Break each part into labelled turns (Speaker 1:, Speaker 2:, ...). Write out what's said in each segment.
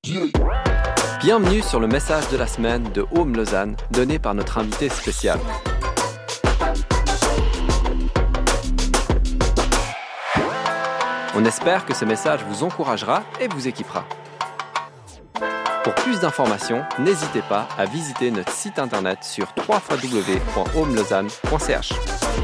Speaker 1: Bienvenue sur le message de la semaine de Home Lausanne, donné par notre invité spécial. On espère que ce message vous encouragera et vous équipera. Pour plus d'informations, n'hésitez pas à visiter notre site internet sur www.homelausanne.ch.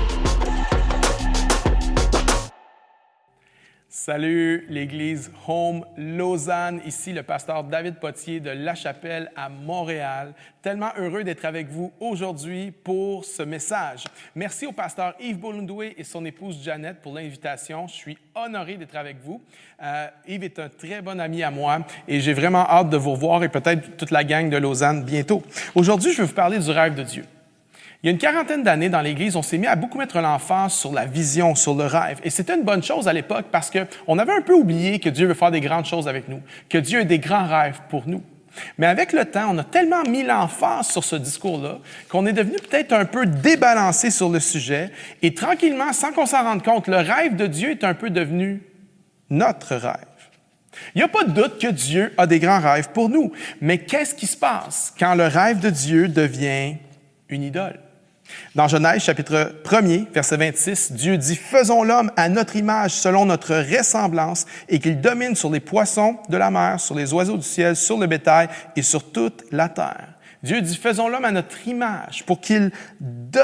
Speaker 2: Salut l'Église Home Lausanne, ici le pasteur David Potier de La Chapelle à Montréal. Tellement heureux d'être avec vous aujourd'hui pour ce message. Merci au pasteur Yves Bolundoué et son épouse Jeannette pour l'invitation. Je suis honoré d'être avec vous. Yves est un très bon ami à moi et j'ai vraiment hâte de vous revoir et peut-être toute la gang de Lausanne bientôt. Aujourd'hui, je vais vous parler du rêve de Dieu. Il y a une quarantaine d'années, dans l'Église, on s'est mis à beaucoup mettre l'emphase sur la vision, sur le rêve. Et c'était une bonne chose à l'époque parce qu'on avait un peu oublié que Dieu veut faire des grandes choses avec nous, que Dieu a des grands rêves pour nous. Mais avec le temps, on a tellement mis l'emphase sur ce discours-là qu'on est devenu peut-être un peu débalancé sur le sujet. Et tranquillement, sans qu'on s'en rende compte, le rêve de Dieu est un peu devenu notre rêve. Il n'y a pas de doute que Dieu a des grands rêves pour nous. Mais qu'est-ce qui se passe quand le rêve de Dieu devient une idole? Dans Genèse, chapitre 1er, verset 26, Dieu dit « Faisons l'homme à notre image, selon notre ressemblance, et qu'il domine sur les poissons de la mer, sur les oiseaux du ciel, sur le bétail et sur toute la terre. » Dieu dit « Faisons l'homme à notre image pour qu'il domine. »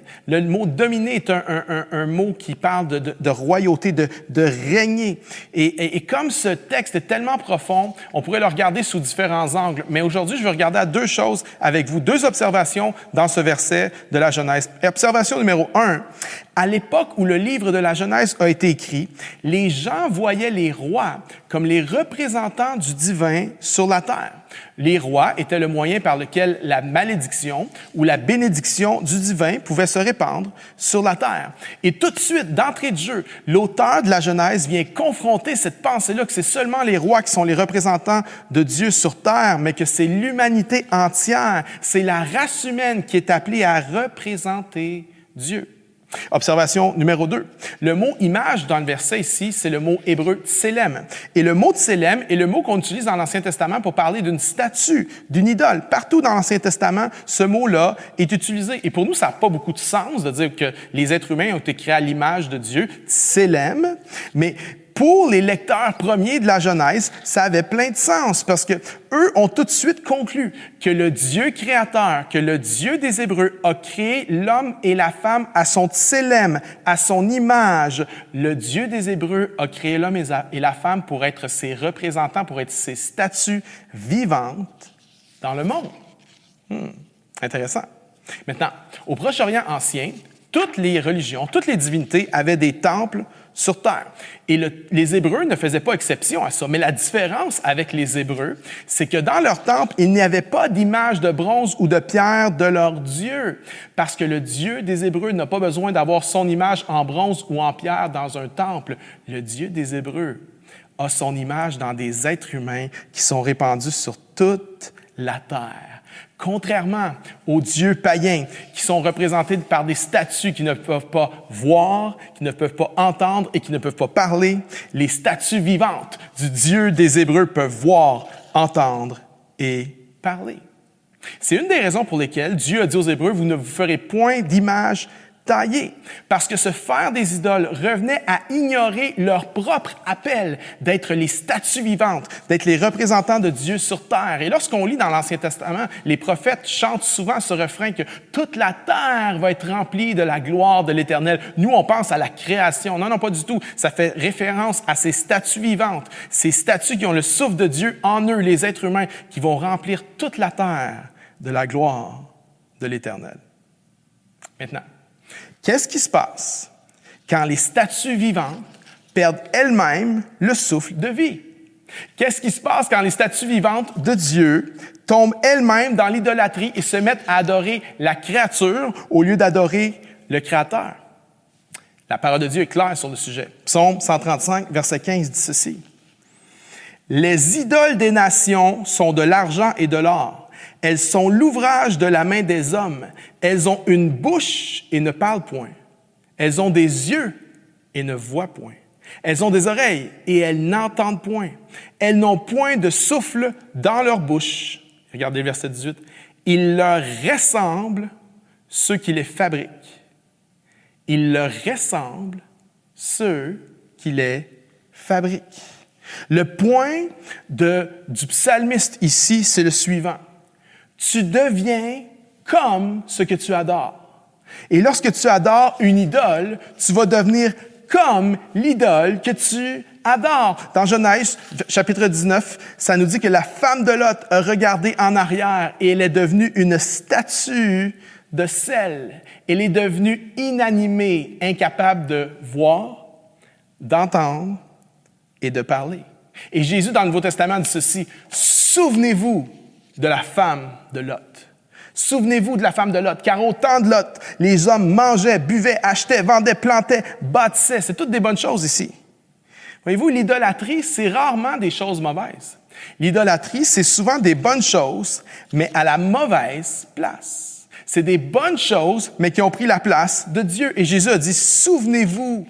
Speaker 2: Le mot « dominer » est un mot qui parle de royauté, de régner. Et comme ce texte est tellement profond, on pourrait le regarder sous différents angles. Mais aujourd'hui, je vais regarder à deux choses avec vous, deux observations dans ce verset de la Genèse. Observation numéro 1. À l'époque où le livre de la Genèse a été écrit, les gens voyaient les rois comme les représentants du divin sur la terre. Les rois étaient le moyen par lequel la malédiction ou la bénédiction du divin pouvait se répandre sur la terre. Et tout de suite, d'entrée de jeu, l'auteur de la Genèse vient confronter cette pensée-là que c'est seulement les rois qui sont les représentants de Dieu sur terre, mais que c'est l'humanité entière, c'est la race humaine qui est appelée à représenter Dieu. Observation numéro 2. Le mot « image » dans le verset ici, c'est le mot hébreu « tselem ». Et le mot « tselem » est le mot qu'on utilise dans l'Ancien Testament pour parler d'une statue, d'une idole. Partout dans l'Ancien Testament, ce mot-là est utilisé. Et pour nous, ça n'a pas beaucoup de sens de dire que les êtres humains ont été créés à l'image de Dieu, « tselem », mais pour les lecteurs premiers de la Genèse, ça avait plein de sens parce que eux ont tout de suite conclu que le Dieu créateur, que le Dieu des Hébreux a créé l'homme et la femme à son tselem, à son image. Le Dieu des Hébreux a créé l'homme et la femme pour être ses représentants, pour être ses statues vivantes dans le monde. Intéressant. Maintenant, au Proche-Orient ancien, toutes les religions, toutes les divinités avaient des temples sur terre. Et les Hébreux ne faisaient pas exception à ça. Mais la différence avec les Hébreux, c'est que dans leur temple, il n'y avait pas d'image de bronze ou de pierre de leur Dieu. Parce que le Dieu des Hébreux n'a pas besoin d'avoir son image en bronze ou en pierre dans un temple. Le Dieu des Hébreux a son image dans des êtres humains qui sont répandus sur toute la terre. Contrairement aux dieux païens qui sont représentés par des statues qui ne peuvent pas voir, qui ne peuvent pas entendre et qui ne peuvent pas parler, les statues vivantes du Dieu des Hébreux peuvent voir, entendre et parler. C'est une des raisons pour lesquelles Dieu a dit aux Hébreux, vous ne vous ferez point d'image taillée, parce que se faire des idoles revenait à ignorer leur propre appel d'être les statues vivantes, d'être les représentants de Dieu sur terre. Et lorsqu'on lit dans l'Ancien Testament, les prophètes chantent souvent ce refrain que toute la terre va être remplie de la gloire de l'Éternel. Nous, on pense à la création. Non, pas du tout. Ça fait référence à ces statues vivantes, ces statues qui ont le souffle de Dieu en eux, les êtres humains, qui vont remplir toute la terre de la gloire de l'Éternel. Maintenant, qu'est-ce qui se passe quand les statues vivantes perdent elles-mêmes le souffle de vie? Qu'est-ce qui se passe quand les statues vivantes de Dieu tombent elles-mêmes dans l'idolâtrie et se mettent à adorer la créature au lieu d'adorer le Créateur? La parole de Dieu est claire sur le sujet. Psaume 135, verset 15 dit ceci. « Les idoles des nations sont de l'argent et de l'or. Elles sont l'ouvrage de la main des hommes. Elles ont une bouche et ne parlent point. Elles ont des yeux et ne voient point. Elles ont des oreilles et elles n'entendent point. Elles n'ont point de souffle dans leur bouche. Regardez le verset 18. Il leur ressemble ceux qui les fabriquent. Il leur ressemble ceux qui les fabriquent. Le point du psalmiste ici, c'est le suivant. Tu deviens comme ce que tu adores. Et lorsque tu adores une idole, tu vas devenir comme l'idole que tu adores. Dans Genèse, chapitre 19, ça nous dit que la femme de Lot a regardé en arrière et elle est devenue une statue de sel. Elle est devenue inanimée, incapable de voir, d'entendre et de parler. Et Jésus, dans le Nouveau Testament, dit ceci, « Souvenez-vous de la femme de Lot. » Souvenez-vous de la femme de Lot, car au temps de Lot, les hommes mangeaient, buvaient, achetaient, vendaient, plantaient, bâtissaient. C'est toutes des bonnes choses ici. Voyez-vous, l'idolâtrie, c'est rarement des choses mauvaises. L'idolâtrie, c'est souvent des bonnes choses, mais à la mauvaise place. C'est des bonnes choses, mais qui ont pris la place de Dieu. Et Jésus a dit, souvenez-vous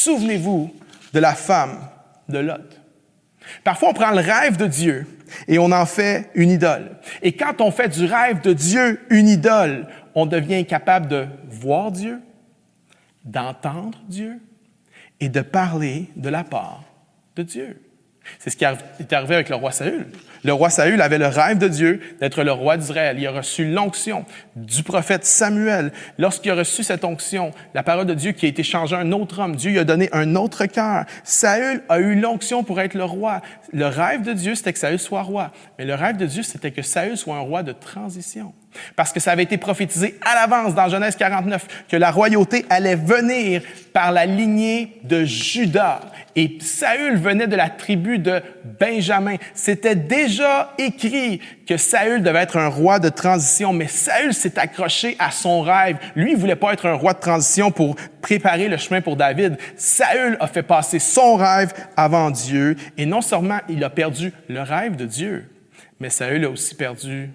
Speaker 2: de la femme de Lot. Parfois, on prend le rêve de Dieu et on en fait une idole. Et quand on fait du rêve de Dieu une idole, on devient incapable de voir Dieu, d'entendre Dieu et de parler de la part de Dieu. C'est ce qui est arrivé avec le roi Saül. Le roi Saül avait le rêve de Dieu d'être le roi d'Israël. Il a reçu l'onction du prophète Samuel. Lorsqu'il a reçu cette onction, la parole de Dieu qui a été changée à un autre homme, Dieu lui a donné un autre cœur. Saül a eu l'onction pour être le roi. Le rêve de Dieu, c'était que Saül soit roi. Mais le rêve de Dieu, c'était que Saül soit un roi de transition. Parce que ça avait été prophétisé à l'avance dans Genèse 49 que la royauté allait venir par la lignée de Juda. Et Saül venait de la tribu de Benjamin. C'était déjà écrit que Saül devait être un roi de transition, mais Saül s'est accroché à son rêve. Lui, il voulait pas être un roi de transition pour préparer le chemin pour David. Saül a fait passer son rêve avant Dieu, et non seulement il a perdu le rêve de Dieu, mais Saül a aussi perdu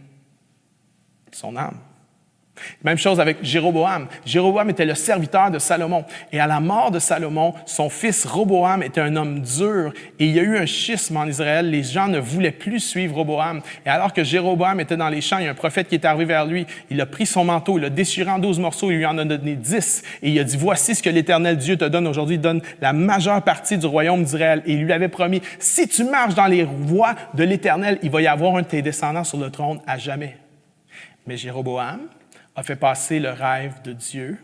Speaker 2: son âme. Même chose avec Jéroboam. Jéroboam était le serviteur de Salomon. Et à la mort de Salomon, son fils Roboam était un homme dur. Et il y a eu un schisme en Israël. Les gens ne voulaient plus suivre Roboam. Et alors que Jéroboam était dans les champs, il y a un prophète qui est arrivé vers lui. Il a pris son manteau, il l'a déchiré en 12 morceaux, il lui en a donné 10. Et il a dit, voici ce que l'Éternel Dieu te donne aujourd'hui. Il donne la majeure partie du royaume d'Israël. Et il lui avait promis, si tu marches dans les voies de l'Éternel, il va y avoir un de tes descendants sur le trône à jamais. Mais Jéroboam a fait passer le rêve de Dieu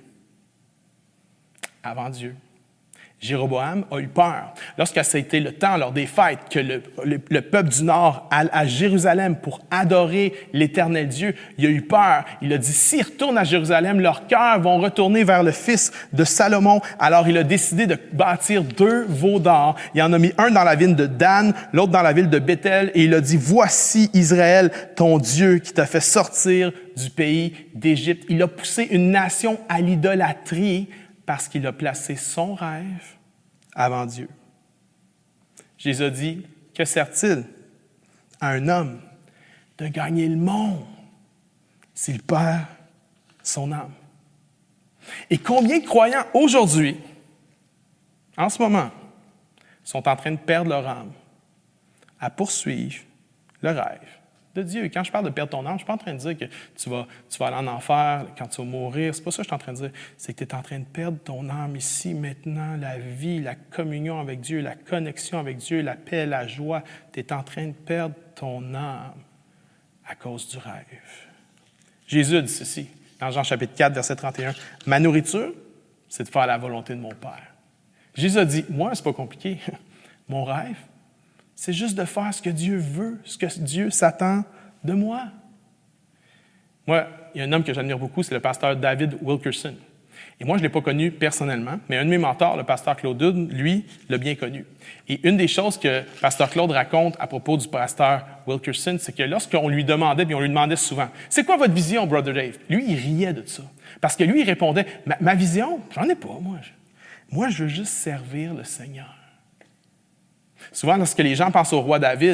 Speaker 2: avant Dieu. Jéroboam a eu peur. Lorsque ça a été le temps, lors des fêtes, que le peuple du Nord allait à Jérusalem pour adorer l'Éternel Dieu, il a eu peur. Il a dit, s'ils retournent à Jérusalem, leurs cœurs vont retourner vers le fils de Salomon. Alors, il a décidé de bâtir 2 veaux d'or. Il en a mis un dans la ville de Dan, l'autre dans la ville de Béthel, et il a dit, voici Israël, ton Dieu, qui t'a fait sortir du pays d'Égypte. Il a poussé une nation à l'idolâtrie parce qu'il a placé son rêve avant Dieu. Jésus a dit, que sert-il à un homme de gagner le monde s'il perd son âme? Et combien de croyants aujourd'hui, en ce moment, sont en train de perdre leur âme à poursuivre le rêve de Dieu. Et quand je parle de perdre ton âme, je ne suis pas en train de dire que tu vas aller en enfer quand tu vas mourir. C'est pas ça que je suis en train de dire. C'est que tu es en train de perdre ton âme ici, maintenant, la vie, la communion avec Dieu, la connexion avec Dieu, la paix, la joie. Tu es en train de perdre ton âme à cause du rêve. Jésus a dit ceci, dans Jean chapitre 4, verset 31. « Ma nourriture, c'est de faire la volonté de mon Père. » Jésus a dit, moi, c'est pas compliqué. Mon rêve, c'est juste de faire ce que Dieu veut, ce que Dieu s'attend de moi. Moi, il y a un homme que j'admire beaucoup, c'est le pasteur David Wilkerson. Et moi, je ne l'ai pas connu personnellement, mais un de mes mentors, le pasteur Claude Hudon, lui, l'a bien connu. Et une des choses que pasteur Claude raconte à propos du pasteur Wilkerson, c'est que lorsqu'on lui demandait, puis on lui demandait souvent, « C'est quoi votre vision, Brother Dave? » Lui, il riait de ça. Parce que lui, il répondait, « Ma vision, j'en ai pas, moi. Moi, je veux juste servir le Seigneur. » Souvent, lorsque les gens pensent au roi David,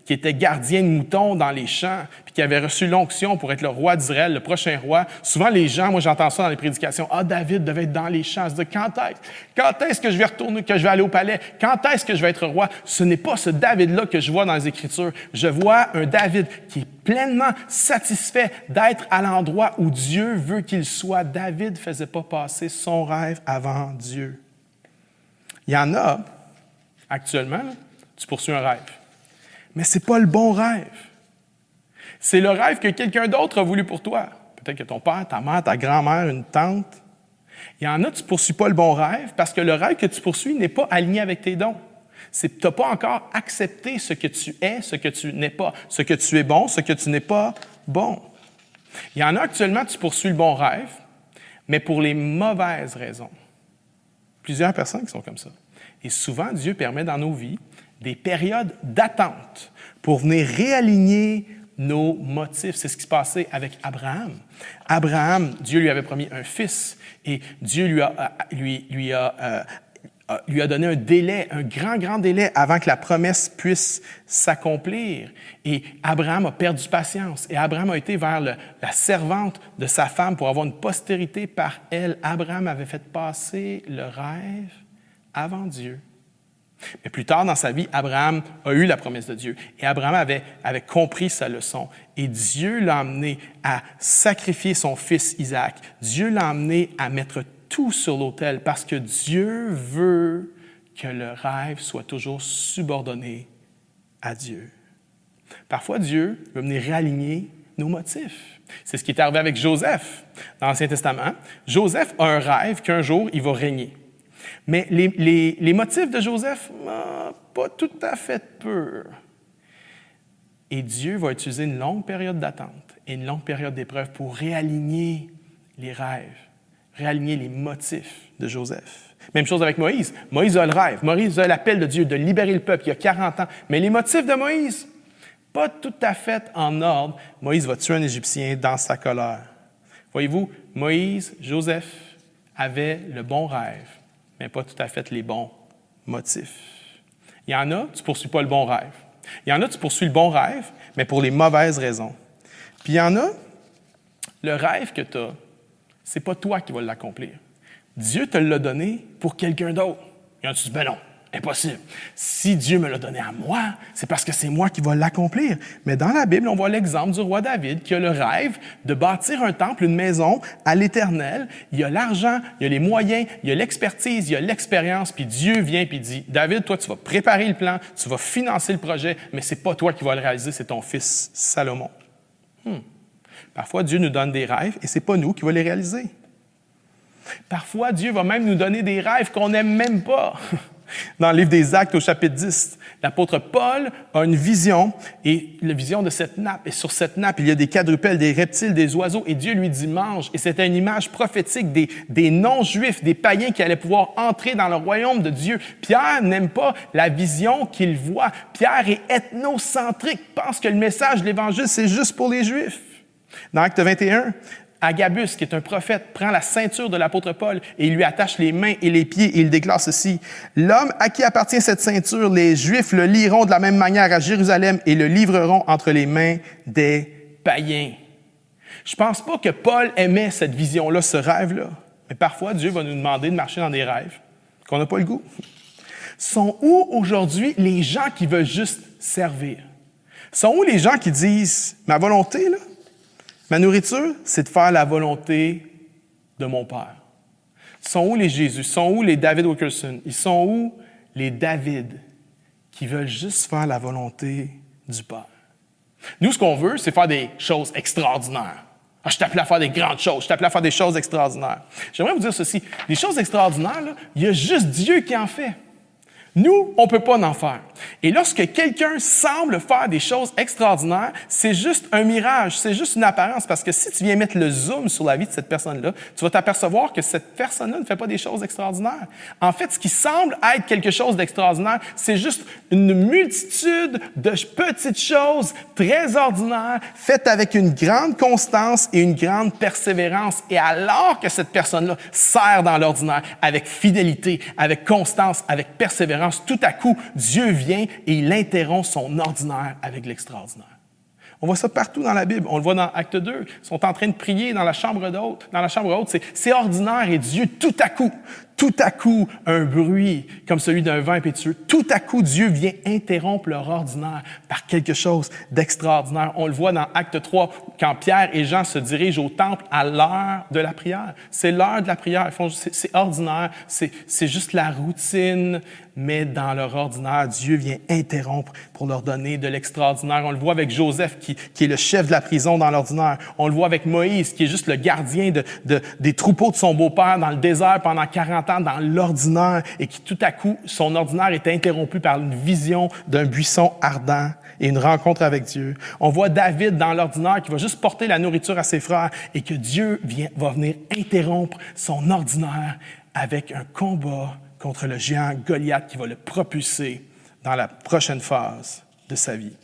Speaker 2: qui était gardien de moutons dans les champs, puis qui avait reçu l'onction pour être le roi d'Israël, le prochain roi, souvent les gens, moi j'entends ça dans les prédications, « Ah, David devait être dans les champs. » Je dis, quand est-ce que je vais retourner, que je vais aller au palais? Quand est-ce que je vais être roi? Ce n'est pas ce David-là que je vois dans les Écritures. Je vois un David qui est pleinement satisfait d'être à l'endroit où Dieu veut qu'il soit. David ne faisait pas passer son rêve avant Dieu. Il y en a, actuellement, là, tu poursuis un rêve. Mais ce n'est pas le bon rêve. C'est le rêve que quelqu'un d'autre a voulu pour toi. Peut-être que ton père, ta mère, ta grand-mère, une tante. Il y en a, tu ne poursuis pas le bon rêve parce que le rêve que tu poursuis n'est pas aligné avec tes dons. Tu n'as pas encore accepté ce que tu es, ce que tu n'es pas, ce que tu es bon, ce que tu n'es pas bon. Il y en a actuellement, tu poursuis le bon rêve, mais pour les mauvaises raisons. Plusieurs personnes qui sont comme ça. Et souvent, Dieu permet dans nos vies des périodes d'attente pour venir réaligner nos motifs. C'est ce qui se passait avec Abraham. Abraham, Dieu lui avait promis un fils et Dieu lui a donné un délai, un grand délai avant que la promesse puisse s'accomplir. Et Abraham a perdu patience. Et Abraham a été vers la servante de sa femme pour avoir une postérité par elle. Abraham avait fait passer le rêve avant Dieu. Mais plus tard dans sa vie, Abraham a eu la promesse de Dieu. Et Abraham avait compris sa leçon. Et Dieu l'a amené à sacrifier son fils Isaac. Dieu l'a amené à mettre tout sur l'autel parce que Dieu veut que le rêve soit toujours subordonné à Dieu. Parfois, Dieu veut venir réaligner nos motifs. C'est ce qui est arrivé avec Joseph dans l'Ancien Testament. Joseph a un rêve qu'un jour, il va régner. Mais les motifs de Joseph, pas tout à fait purs. Et Dieu va utiliser une longue période d'attente et une longue période d'épreuve pour réaligner les rêves, réaligner les motifs de Joseph. Même chose avec Moïse. Moïse a le rêve. Moïse a l'appel de Dieu de libérer le peuple il y a 40 ans. Mais les motifs de Moïse, pas tout à fait en ordre. Moïse va tuer un Égyptien dans sa colère. Voyez-vous, Moïse, Joseph avaient le bon rêve, mais pas tout à fait les bons motifs. Il y en a, tu ne poursuis pas le bon rêve. Il y en a, tu poursuis le bon rêve, mais pour les mauvaises raisons. Puis il y en a, le rêve que tu as, ce n'est pas toi qui vas l'accomplir. Dieu te l'a donné pour quelqu'un d'autre. Et tu dis, ben non, impossible. Si Dieu me l'a donné à moi, c'est parce que c'est moi qui vais l'accomplir. Mais dans la Bible, on voit l'exemple du roi David qui a le rêve de bâtir un temple, une maison à l'Éternel. Il y a l'argent, il y a les moyens, il y a l'expertise, il y a l'expérience. Puis Dieu vient et dit, David, toi, tu vas préparer le plan, tu vas financer le projet, mais c'est pas toi qui vas le réaliser, c'est ton fils Salomon. Parfois, Dieu nous donne des rêves et c'est pas nous qui va les réaliser. Parfois, Dieu va même nous donner des rêves qu'on n'aime même pas. Dans le livre des Actes, au chapitre 10, l'apôtre Paul a une vision, et la vision de cette nappe. Et sur cette nappe, il y a des quadrupèdes, des reptiles, des oiseaux, et Dieu lui dit « mange ». Et c'était une image prophétique des non-juifs, des païens qui allaient pouvoir entrer dans le royaume de Dieu. Pierre n'aime pas la vision qu'il voit. Pierre est ethnocentrique, pense que le message de l'Évangile, c'est juste pour les Juifs. Dans Acte 21, Agabus, qui est un prophète, prend la ceinture de l'apôtre Paul et il lui attache les mains et les pieds et il déclare ceci. « L'homme à qui appartient cette ceinture, les Juifs le lieront de la même manière à Jérusalem et le livreront entre les mains des païens. » Je pense pas que Paul aimait cette vision-là, ce rêve-là. Mais parfois, Dieu va nous demander de marcher dans des rêves qu'on n'a pas le goût. Sont où aujourd'hui les gens qui veulent juste servir? Sont où les gens qui disent « Ma volonté, là, ma nourriture, c'est de faire la volonté de mon Père. » Sont où les Jésus? Sont où les David Wilkerson? Ils sont où les David qui veulent juste faire la volonté du Père? Nous, ce qu'on veut, c'est faire des choses extraordinaires. Ah, je t'appelle à faire des grandes choses. Je t'appelle à faire des choses extraordinaires. J'aimerais vous dire ceci. Les choses extraordinaires, là, il y a juste Dieu qui en fait. Nous, on ne peut pas en faire. Et lorsque quelqu'un semble faire des choses extraordinaires, c'est juste un mirage, c'est juste une apparence. Parce que si tu viens mettre le zoom sur la vie de cette personne-là, tu vas t'apercevoir que cette personne-là ne fait pas des choses extraordinaires. En fait, ce qui semble être quelque chose d'extraordinaire, c'est juste une multitude de petites choses très ordinaires, faites avec une grande constance et une grande persévérance. Et alors que cette personne-là sert dans l'ordinaire, avec fidélité, avec constance, avec persévérance, différence. Tout à coup, Dieu vient et il interrompt son ordinaire avec l'extraordinaire. On voit ça partout dans la Bible. On le voit dans Acte 2. Ils sont en train de prier dans la chambre haute. Dans la chambre haute, c'est ordinaire et Dieu, tout à coup, un bruit comme celui d'un vent impétueux. Tout à coup, Dieu vient interrompre leur ordinaire par quelque chose d'extraordinaire. On le voit dans Acte 3, quand Pierre et Jean se dirigent au temple à l'heure de la prière. C'est l'heure de la prière. C'est ordinaire. C'est juste la routine. Mais dans leur ordinaire, Dieu vient interrompre pour leur donner de l'extraordinaire. On le voit avec Joseph, qui est le chef de la prison dans l'ordinaire. On le voit avec Moïse, qui est juste le gardien des troupeaux de son beau-père dans le désert pendant 40 ans, dans l'ordinaire, et qui tout à coup, son ordinaire est interrompu par une vision d'un buisson ardent et une rencontre avec Dieu. On voit David dans l'ordinaire qui va juste porter la nourriture à ses frères et que Dieu va venir interrompre son ordinaire avec un combat contre le géant Goliath qui va le propulser dans la prochaine phase de sa vie.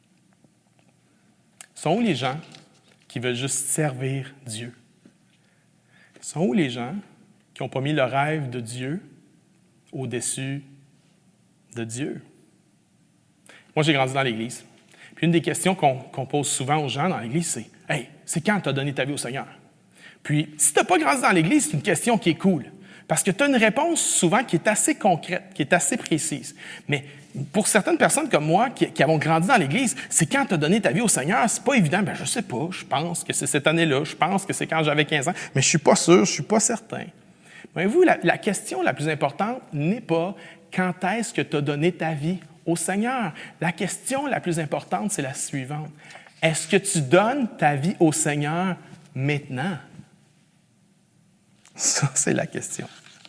Speaker 2: Sont où les gens qui veulent juste servir Dieu? Sont où les gens qui n'ont pas mis le rêve de Dieu au-dessus de Dieu? Moi, j'ai grandi dans l'Église. Puis une des questions qu'on pose souvent aux gens dans l'Église, c'est « Hey, c'est quand tu as donné ta vie au Seigneur? » Puis, si tu n'as pas grandi dans l'Église, c'est une question qui est cool. Parce que tu as une réponse souvent qui est assez concrète, qui est assez précise. Mais pour certaines personnes comme moi qui avons grandi dans l'Église, c'est quand tu as donné ta vie au Seigneur, c'est pas évident. Je sais pas, je pense que c'est cette année-là, je pense que c'est quand j'avais 15 ans, mais je suis pas sûr, je suis pas certain. Voyez-vous, la question la plus importante n'est pas quand est-ce que tu as donné ta vie au Seigneur. La question la plus importante, c'est la suivante. Est-ce que tu donnes ta vie au Seigneur maintenant? Ça, c'est la question.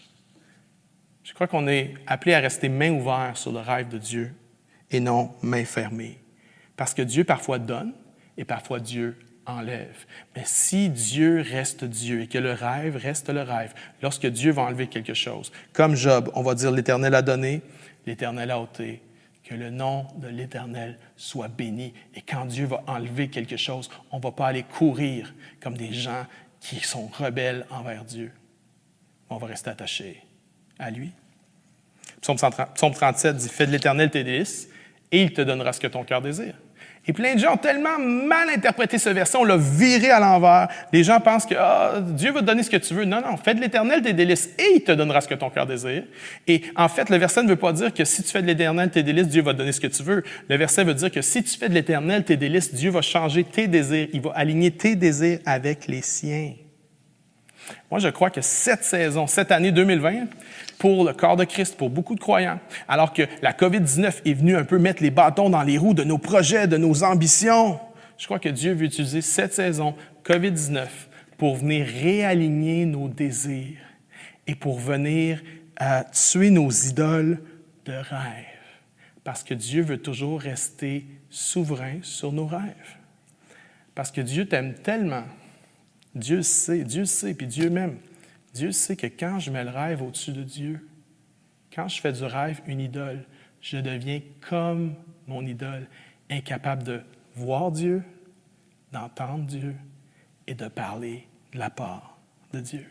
Speaker 2: Je crois qu'on est appelé à rester main ouverte sur le rêve de Dieu et non main fermée. Parce que Dieu parfois donne et parfois Dieu enlève. Mais si Dieu reste Dieu et que le rêve reste le rêve, lorsque Dieu va enlever quelque chose, comme Job, on va dire l'Éternel a donné, l'Éternel a ôté, que le nom de l'Éternel soit béni. Et quand Dieu va enlever quelque chose, on ne va pas aller courir comme des gens qui sont rebelles envers Dieu. On va rester attaché à lui. Psaume 37 dit « Fais de l'Éternel tes délices, et il te donnera ce que ton cœur désire. » Et plein de gens ont tellement mal interprété ce verset, on l'a viré à l'envers. Les gens pensent que Dieu va te donner ce que tu veux. Non, fais de l'Éternel tes délices, et il te donnera ce que ton cœur désire. Et en fait, le verset ne veut pas dire que si tu fais de l'Éternel tes délices, Dieu va te donner ce que tu veux. Le verset veut dire que si tu fais de l'Éternel tes délices, Dieu va changer tes désirs. Il va aligner tes désirs avec les siens. Moi, je crois que cette année 2020, pour le corps de Christ, pour beaucoup de croyants, alors que la COVID-19 est venue un peu mettre les bâtons dans les roues de nos projets, de nos ambitions, je crois que Dieu veut utiliser cette saison COVID-19 pour venir réaligner nos désirs et pour venir tuer nos idoles de rêve. Parce que Dieu veut toujours rester souverain sur nos rêves. Parce que Dieu t'aime tellement. Dieu sait, puis Dieu m'aime. Dieu sait que quand je mets le rêve au-dessus de Dieu, quand je fais du rêve une idole, je deviens comme mon idole, incapable de voir Dieu, d'entendre Dieu et de parler de la part de Dieu.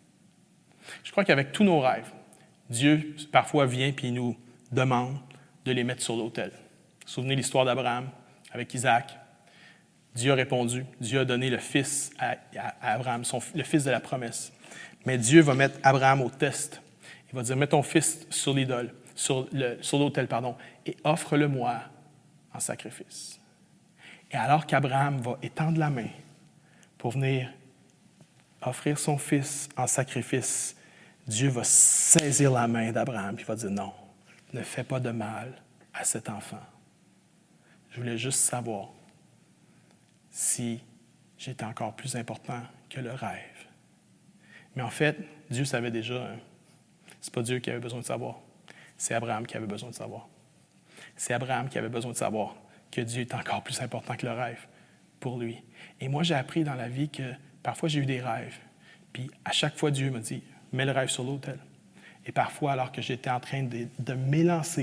Speaker 2: Je crois qu'avec tous nos rêves, Dieu parfois vient et nous demande de les mettre sur l'autel. Souvenez l'histoire d'Abraham avec Isaac. Dieu a répondu, Dieu a donné le fils à Abraham, le fils de la promesse. Mais Dieu va mettre Abraham au test. Il va dire, mets ton fils sur l'idole, sur l'autel, et offre-le-moi en sacrifice. Et alors qu'Abraham va étendre la main pour venir offrir son fils en sacrifice, Dieu va saisir la main d'Abraham et va dire, non, ne fais pas de mal à cet enfant. Je voulais juste savoir si j'étais encore plus important que le rêve. Mais en fait, Dieu savait déjà, c'est pas Dieu qui avait besoin de savoir, c'est Abraham qui avait besoin de savoir. C'est Abraham qui avait besoin de savoir que Dieu est encore plus important que le rêve pour lui. Et moi, j'ai appris dans la vie que parfois j'ai eu des rêves, puis à chaque fois, Dieu me dit, mets le rêve sur l'autel. Et parfois, alors que j'étais en train de m'élancer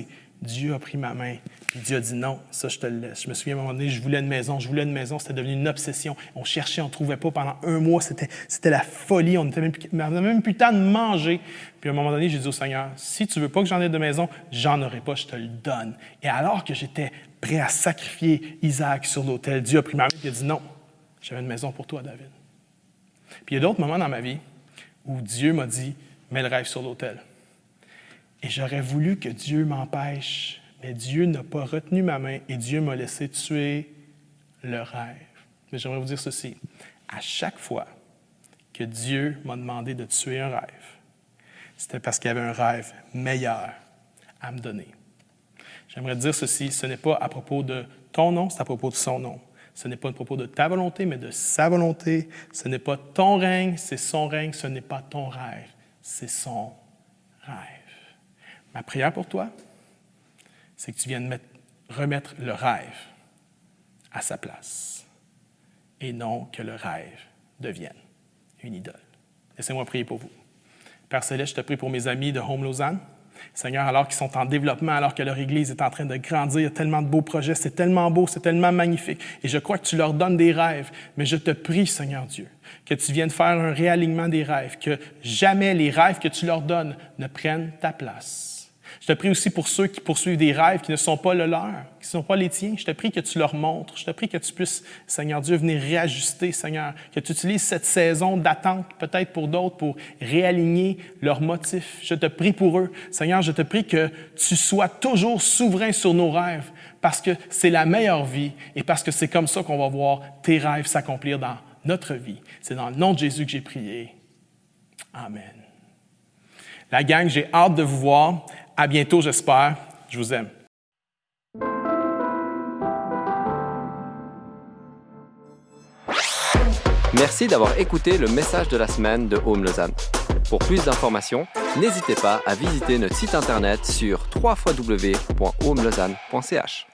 Speaker 2: Dieu a pris ma main. Puis Dieu a dit non, ça je te le laisse. Je me souviens à un moment donné, je voulais une maison, c'était devenu une obsession. On cherchait, on ne trouvait pas pendant 1 mois, c'était la folie, on n'avait même plus le temps de manger. Puis à un moment donné, j'ai dit au Seigneur, si tu ne veux pas que j'en ai de maison, j'en aurai pas, je te le donne. Et alors que j'étais prêt à sacrifier Isaac sur l'autel, Dieu a pris ma main et il a dit non, j'avais une maison pour toi, David. Puis il y a d'autres moments dans ma vie où Dieu m'a dit, mets le rêve sur l'autel. Et j'aurais voulu que Dieu m'empêche, mais Dieu n'a pas retenu ma main et Dieu m'a laissé tuer le rêve. Mais j'aimerais vous dire ceci. À chaque fois que Dieu m'a demandé de tuer un rêve, c'était parce qu'il y avait un rêve meilleur à me donner. J'aimerais dire ceci. Ce n'est pas à propos de ton nom, c'est à propos de son nom. Ce n'est pas à propos de ta volonté, mais de sa volonté. Ce n'est pas ton règne, c'est son règne. Ce n'est pas ton rêve, c'est son rêve. Ma prière pour toi, c'est que tu viennes remettre le rêve à sa place et non que le rêve devienne une idole. Laissez-moi prier pour vous. Père Céleste, je te prie pour mes amis de Home Lausanne. Seigneur, alors qu'ils sont en développement, alors que leur Église est en train de grandir, il y a tellement de beaux projets, c'est tellement beau, c'est tellement magnifique. Et je crois que tu leur donnes des rêves, mais je te prie, Seigneur Dieu, que tu viennes faire un réalignement des rêves, que jamais les rêves que tu leur donnes ne prennent ta place. Je te prie aussi pour ceux qui poursuivent des rêves qui ne sont pas le leur, qui ne sont pas les tiens. Je te prie que tu leur montres. Je te prie que tu puisses, Seigneur Dieu, venir réajuster, Seigneur. Que tu utilises cette saison d'attente, peut-être pour d'autres, pour réaligner leurs motifs. Je te prie pour eux. Seigneur, je te prie que tu sois toujours souverain sur nos rêves parce que c'est la meilleure vie et parce que c'est comme ça qu'on va voir tes rêves s'accomplir dans notre vie. C'est dans le nom de Jésus que j'ai prié. Amen. La gang, j'ai hâte de vous voir. À bientôt, j'espère. Je vous aime.
Speaker 1: Merci d'avoir écouté le message de la semaine de Home Lausanne. Pour plus d'informations, n'hésitez pas à visiter notre site internet sur www.homelausanne.ch.